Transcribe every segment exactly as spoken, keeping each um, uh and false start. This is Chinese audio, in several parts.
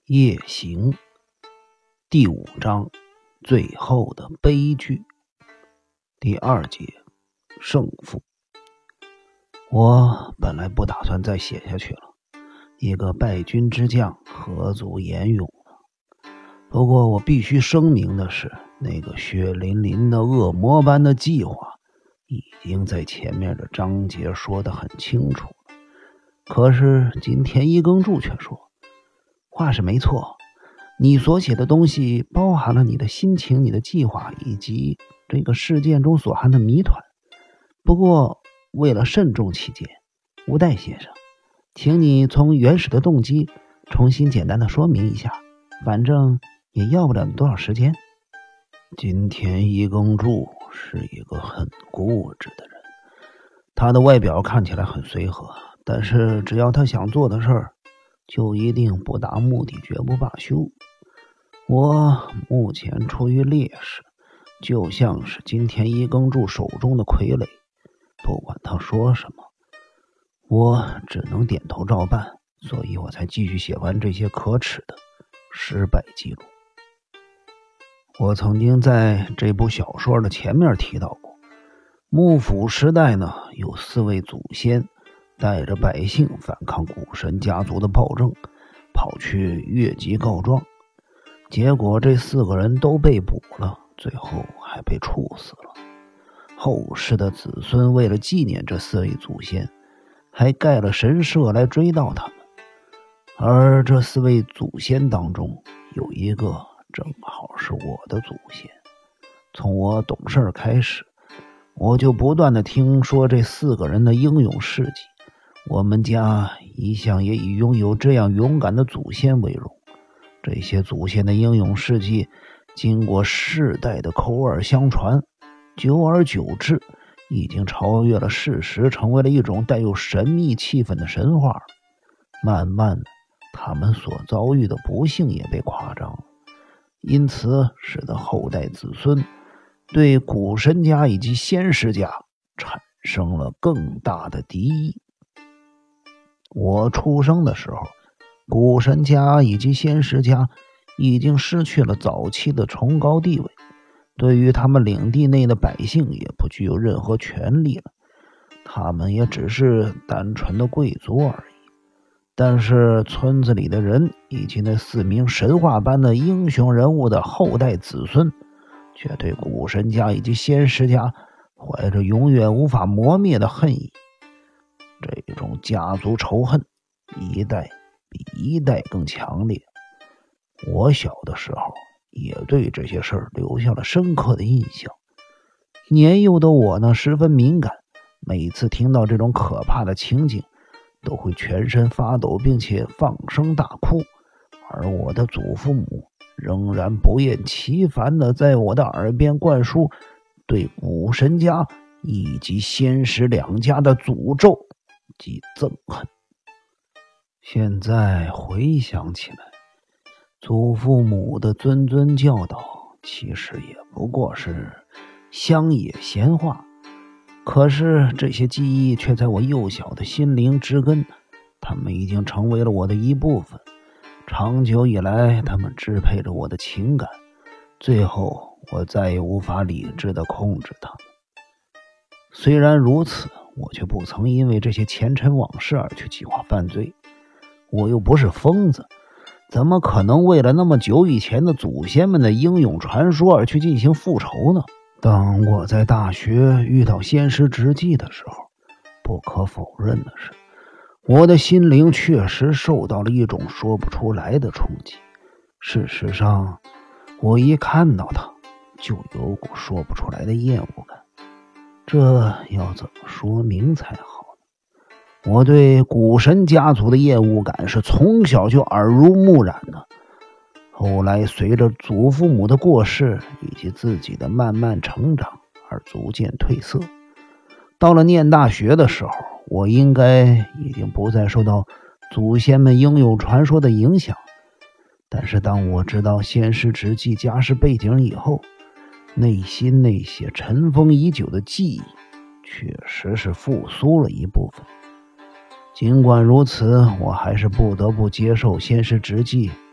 夜行第五章，最后的悲剧。第二节，胜负。我本来不打算再写下去了，一个败军之将何足言勇呢？不过我必须声明的是，那个血淋淋的恶魔般的计划已经在前面的章节说得很清楚了。可是金田一耕助却说，话是没错，你所写的东西包含了你的心情、你的计划以及这个事件中所含的谜团。不过为了慎重起见，吴代先生，请你从原始的动机重新简单的说明一下，反正也要不了你多少时间。金田一耕助是一个很固执的人，他的外表看起来很随和，但是只要他想做的事儿，就一定不达目的绝不罢休。我目前处于劣势，就像是金田一耕助手中的傀儡，不管他说什么，我只能点头照办，所以我才继续写完这些可耻的失败记录。我曾经在这部小说的前面提到过，幕府时代呢，有四位祖先带着百姓反抗古神家族的暴政，跑去越级告状，结果这四个人都被捕了，最后还被处死了。后世的子孙为了纪念这四位祖先，还盖了神社来追悼他们。而这四位祖先当中，有一个正好是我的祖先。从我懂事开始，我就不断的听说这四个人的英勇事迹。我们家一向也以拥有这样勇敢的祖先为荣，这些祖先的英勇事迹经过世代的口耳相传，久而久之已经超越了事实，成为了一种带有神秘气氛的神话。慢慢的，他们所遭遇的不幸也被夸张了，因此使得后代子孙对古神家以及仙师家产生了更大的敌意。我出生的时候，古神家以及仙师家已经失去了早期的崇高地位，对于他们领地内的百姓也不具有任何权利了，他们也只是单纯的贵族而已。但是村子里的人以及那四名神话般的英雄人物的后代子孙，却对古神家以及仙师家怀着永远无法磨灭的恨意。这种家族仇恨一代比一代更强烈。我小的时候也对这些事儿留下了深刻的印象。年幼的我呢，十分敏感，每次听到这种可怕的情景，都会全身发抖，并且放声大哭。而我的祖父母仍然不厌其烦地在我的耳边灌输对古神家以及仙师两家的诅咒及憎恨。现在回想起来，祖父母的谆谆教导其实也不过是乡野闲话，可是这些记忆却在我幼小的心灵植根，他们已经成为了我的一部分。长久以来，他们支配着我的情感，最后我再也无法理智地控制他们。虽然如此，我却不曾因为这些前尘往事而去计划犯罪。我又不是疯子，怎么可能为了那么久以前的祖先们的英勇传说而去进行复仇呢？当我在大学遇到仙师直纪的时候，不可否认的是，我的心灵确实受到了一种说不出来的冲击。事实上，我一看到他就有股说不出来的厌恶感。这要怎么说明才好呢？我对古神家族的厌恶感是从小就耳濡目染的，后来随着祖父母的过世以及自己的慢慢成长而逐渐褪色。到了念大学的时候，我应该已经不再受到祖先们英勇传说的影响，但是当我知道仙师直纪家世背景以后，内心那些尘封已久的记忆确实是复苏了一部分。尽管如此，我还是不得不接受仙师直纪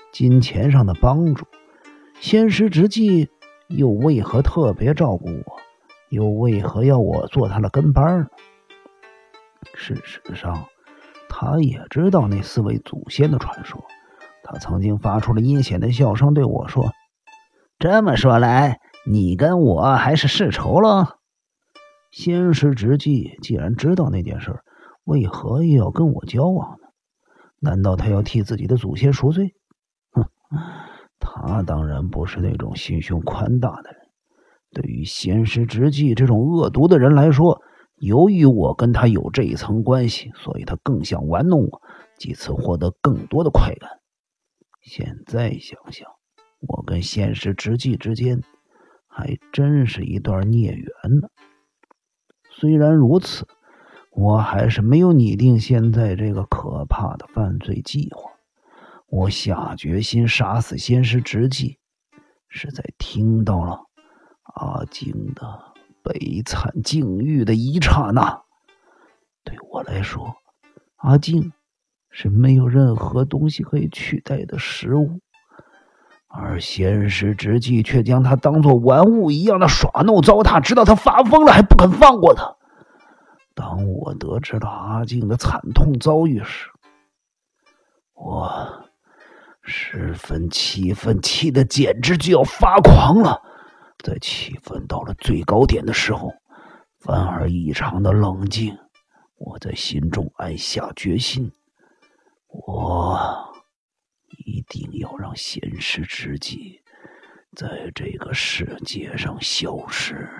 金钱上的帮助，仙师直纪又为何特别照顾我，又为何要我做他的跟班呢？事实上，他也知道那四位祖先的传说。他曾经发出了阴险的笑声对我说：这么说来，你跟我还是世仇了？仙师直纪既然知道那件事，为何又要跟我交往呢？难道他要替自己的祖先赎罪？哼，他当然不是那种心胸宽大的人。对于仙师直纪这种恶毒的人来说，由于我跟他有这一层关系，所以他更想玩弄我，借此获得更多的快感。现在想想，我跟仙师直纪之间还真是一段孽缘呢。虽然如此，我还是没有拟定现在这个可怕的犯罪计划。我下决心杀死仙师直纪，是在听到了阿静的悲惨境遇的一刹那。对我来说，阿静是没有任何东西可以取代的食物，而仙师直纪却将他当作玩物一样的耍弄糟蹋，直到他发疯了还不肯放过他。当我得知了阿静的惨痛遭遇时，我十分气愤，气得简直就要发狂了。在气愤到了最高点的时候，反而异常的冷静。我在心中暗下决心，我一定要让仙师直纪在这个世界上消失。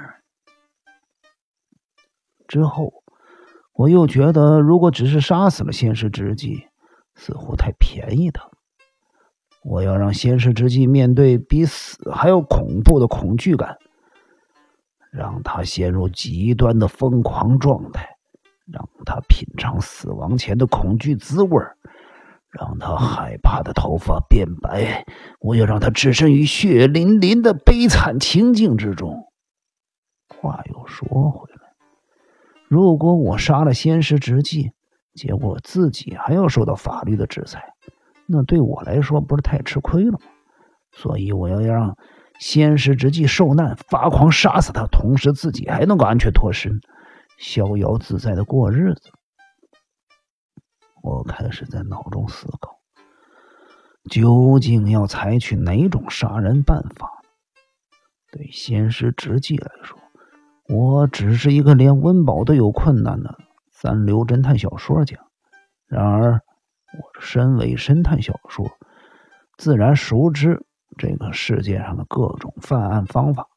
之后我又觉得，如果只是杀死了仙师直纪，似乎太便宜他了。我要让仙师直纪面对比死还要恐怖的恐惧感，让他陷入极端的疯狂状态，让他品尝死亡前的恐惧滋味，让他害怕的头发变白。我要让他置身于血淋淋的悲惨情境之中。话又说回来，如果我杀了仙师直纪，结果自己还要受到法律的制裁，那对我来说不是太吃亏了吗？所以我要让仙师直纪受难，发狂杀死他，同时自己还能够安全脱身，逍遥自在的过日子。我开始在脑中思考，究竟要采取哪种杀人办法？对仙师直纪来说，我只是一个连温饱都有困难的三流侦探小说家。然而我身为侦探小说，自然熟知这个世界上的各种犯案方法。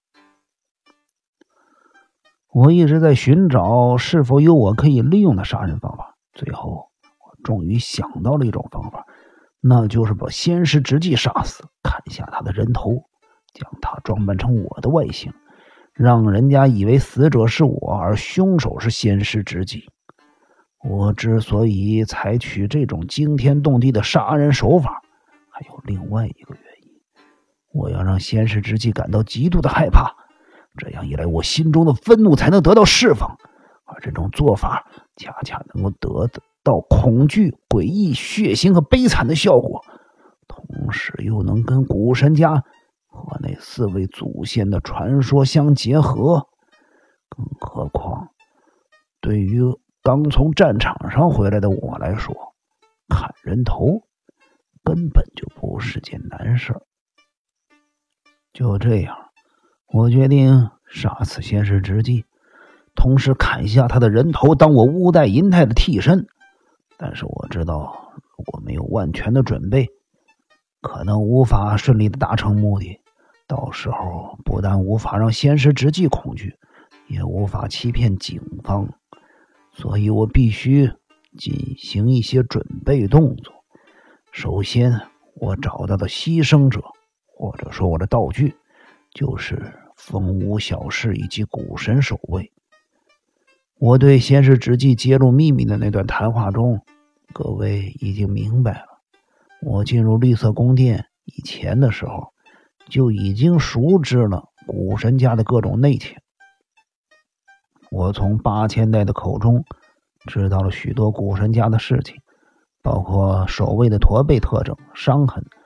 我一直在寻找是否有我可以利用的杀人方法，最后我终于想到了一种方法，那就是把仙师直纪杀死，砍下他的人头，将他装扮成我的外形，让人家以为死者是我，而凶手是仙师直纪。我之所以采取这种惊天动地的杀人手法，还有另外一个原因，我要让仙师直纪感到极度的害怕，这样一来我心中的愤怒才能得到释放，而这种做法恰恰能够得到恐惧、诡异、血腥和悲惨的效果，同时又能跟古神家和那四位祖先的传说相结合。更何况对于刚从战场上回来的我来说，砍人头根本就不是件难事。就这样，我决定杀死仙师直纪，同时砍下他的人头当我乌代银泰的替身。但是我知道，如果没有万全的准备，可能无法顺利的达成目的。到时候不但无法让仙师直纪恐惧，也无法欺骗警方。所以我必须进行一些准备动作。首先，我找到的牺牲者，或者说我的道具，就是风屋小室以及古神守卫。我对仙师直纪揭露秘密的那段谈话中，各位已经明白了。我进入绿色宫殿以前的时候，就已经熟知了古神家的各种内情。我从八千代的口中知道了许多古神家的事情，包括守卫的驼背特征、伤痕、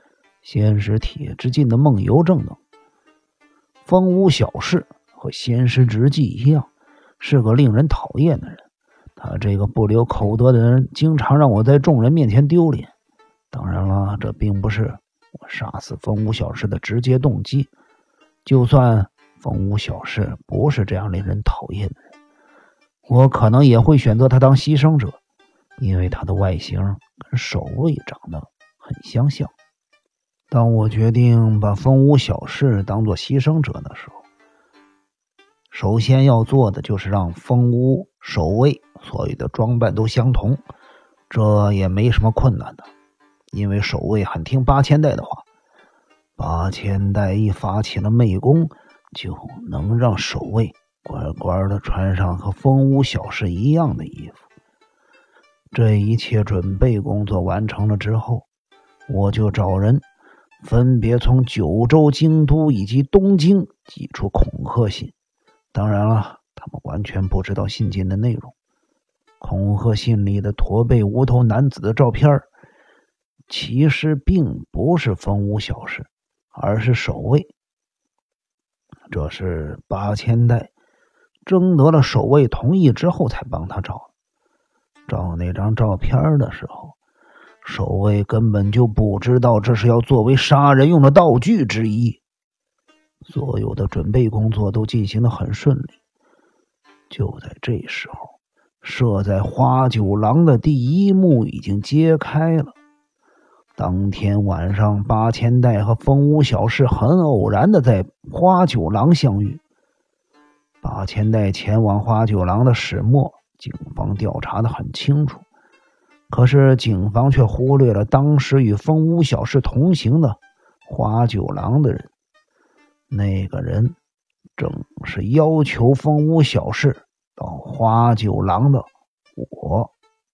先师铁之进的梦游正等。风屋小氏和先师直纪一样，是个令人讨厌的人。他这个不留口德的人，经常让我在众人面前丢脸。当然了，这并不是我杀死风屋小氏的直接动机。就算风屋小氏不是这样令人讨厌的人，我可能也会选择他当牺牲者，因为他的外形跟守卫长得很相像。当我决定把风屋小氏当作牺牲者的时候，首先要做的就是让风屋守卫所有的装扮都相同，这也没什么困难的，因为守卫很听八千代的话。八千代一发起了媚功，就能让守卫乖乖的穿上和风屋小氏一样的衣服。这一切准备工作完成了之后，我就找人分别从九州、京都以及东京寄出恐吓信。当然了，他们完全不知道信件的内容。恐吓信里的驼背无头男子的照片其实并不是风屋小氏，而是守卫。这是八千代征得了守卫同意之后才帮他照的。照那张照片的时候，守卫根本就不知道这是要作为杀人用的道具之一。所有的准备工作都进行得很顺利。就在这时候，设在花九郎的第一幕已经揭开了。当天晚上，八千代和风屋小氏很偶然的在花九郎相遇。八千代前往花九郎的始末，警方调查得很清楚，可是警方却忽略了当时与风屋小氏同行的花九郎的人。那个人正是要求风屋小氏到花九郎的我。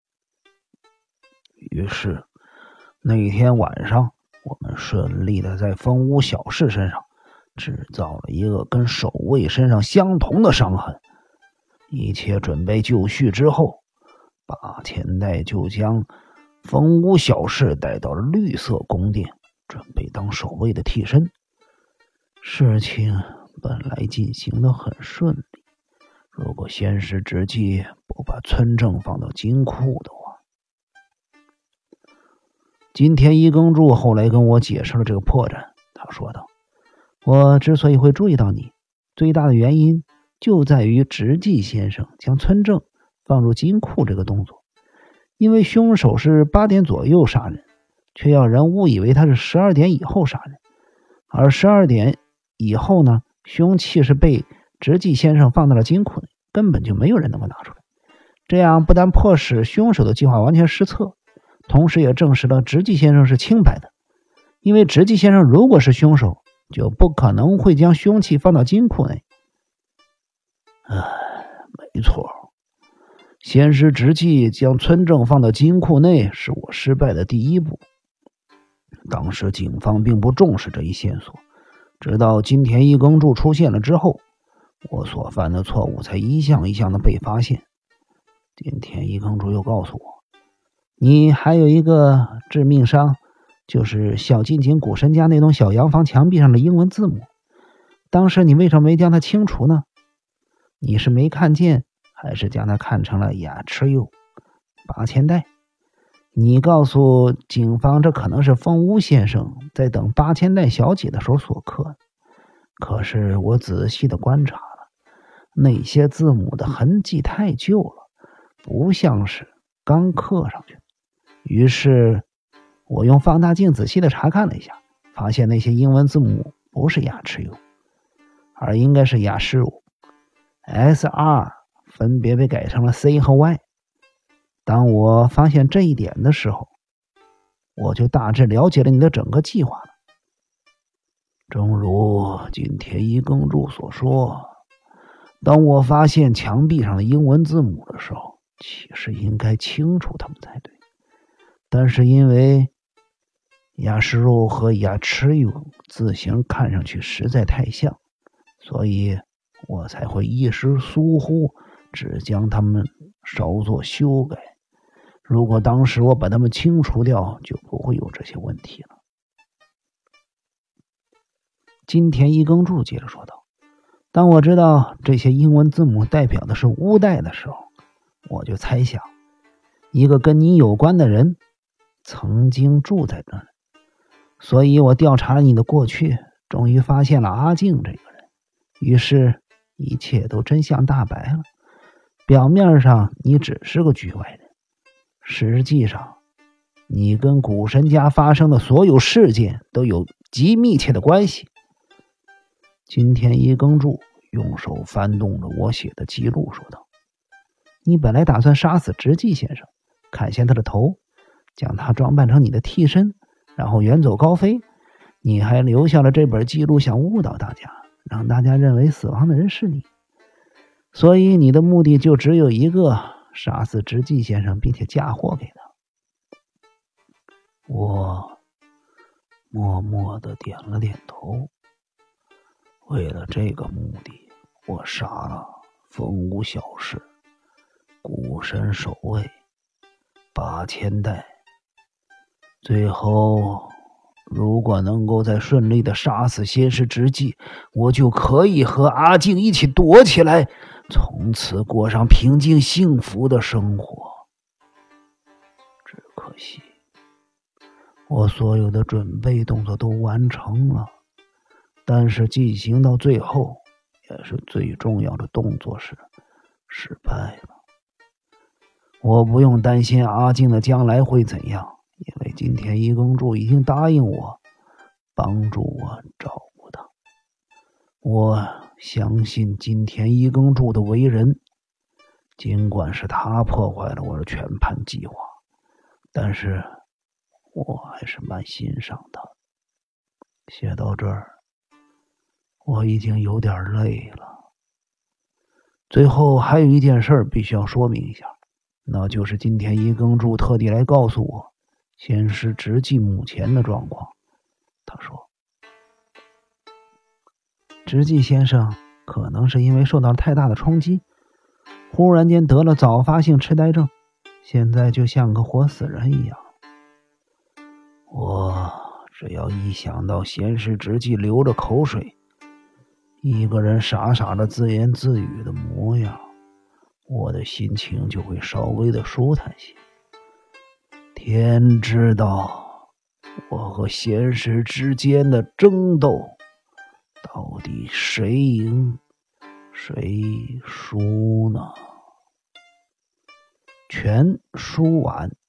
于是那天晚上，我们顺利的在风屋小氏身上制造了一个跟守卫身上相同的伤痕。一切准备就绪之后，八千代就将风屋小氏带到了绿色宫殿，准备当守卫的替身。事情本来进行得很顺利，如果先师直纪不把村正放到金库的话。金田一耕助后来跟我解释了这个破绽，他说道：我之所以会注意到你，最大的原因就在于直纪先生将村正放入金库这个动作。因为凶手是八点左右杀人，却要人误以为他是十二点以后杀人，而十二点以后呢，凶器是被直纪先生放到了金库内，根本就没有人能够拿出来。这样不但迫使凶手的计划完全失策，同时也证实了直纪先生是清白的。因为直纪先生如果是凶手，就不可能会将凶器放到金库内。唉，没错，先师直纪将村正放到金库内是我失败的第一步。当时警方并不重视这一线索，直到金田一耕助出现了之后，我所犯的错误才一项一项的被发现。金田一耕助又告诉我，你还有一个致命伤，就是小近景古神家那栋小洋房墙壁上的英文字母。当时你为什么没将它清除呢？你是没看见，还是将它看成了雅持佑八千代？你告诉警方，这可能是风屋先生在等八千代小姐的时候所刻。可是我仔细的观察了，那些字母的痕迹太旧了，不像是刚刻上去。于是我用放大镜仔细的查看了一下，发现那些英文字母不是雅持佑，而应该是雅士武。S R 分别被改成了 C 和 Y。 当我发现这一点的时候，我就大致了解了你的整个计划了。正如金田一耕助所说，当我发现墙壁上的英文字母的时候，其实应该清楚它们才对。但是因为雅士肉和雅持勇字形看上去实在太像，所以我才会一时疏忽，只将它们稍作修改。如果当时我把它们清除掉，就不会有这些问题了。 金田一耕助接着说道：“当我知道这些英文字母代表的是乌代的时候，我就猜想，一个跟你有关的人曾经住在那里。所以我调查了你的过去，终于发现了阿静这个人。于是一切都真相大白了。表面上你只是个局外人，实际上你跟古神家发生的所有事件都有极密切的关系。”金田一耕助用手翻动着我写的记录说道：“你本来打算杀死直纪先生，砍下他的头，将他装扮成你的替身，然后远走高飞。你还留下了这本记录，想误导大家，让大家认为死亡的人是你。所以你的目的就只有一个，杀死直纪先生，并且嫁祸给他。”我默默地点了点头。为了这个目的，我杀了风无小氏、古神守卫、八千代。最后，如果能够再顺利的杀死先师直纪，我就可以和阿静一起躲起来，从此过上平静幸福的生活。只可惜，我所有的准备动作都完成了，但是进行到最后，也是最重要的动作时，失败了。我不用担心阿静的将来会怎样，因为金田一耕助已经答应我，帮助我照顾他。我相信金田一耕助的为人，尽管是他破坏了我的全盘计划，但是我还是蛮欣赏他。写到这儿，我已经有点累了。最后还有一件事必须要说明一下，那就是金田一耕助特地来告诉我先师直纪目前的状况。他说，直纪先生可能是因为受到太大的冲击，忽然间得了早发性痴呆症，现在就像个活死人一样。我只要一想到先师直纪流着口水，一个人傻傻的自言自语的模样，我的心情就会稍微的舒坦些。天知道我和先师之间的争斗到底谁赢谁输呢？全书完。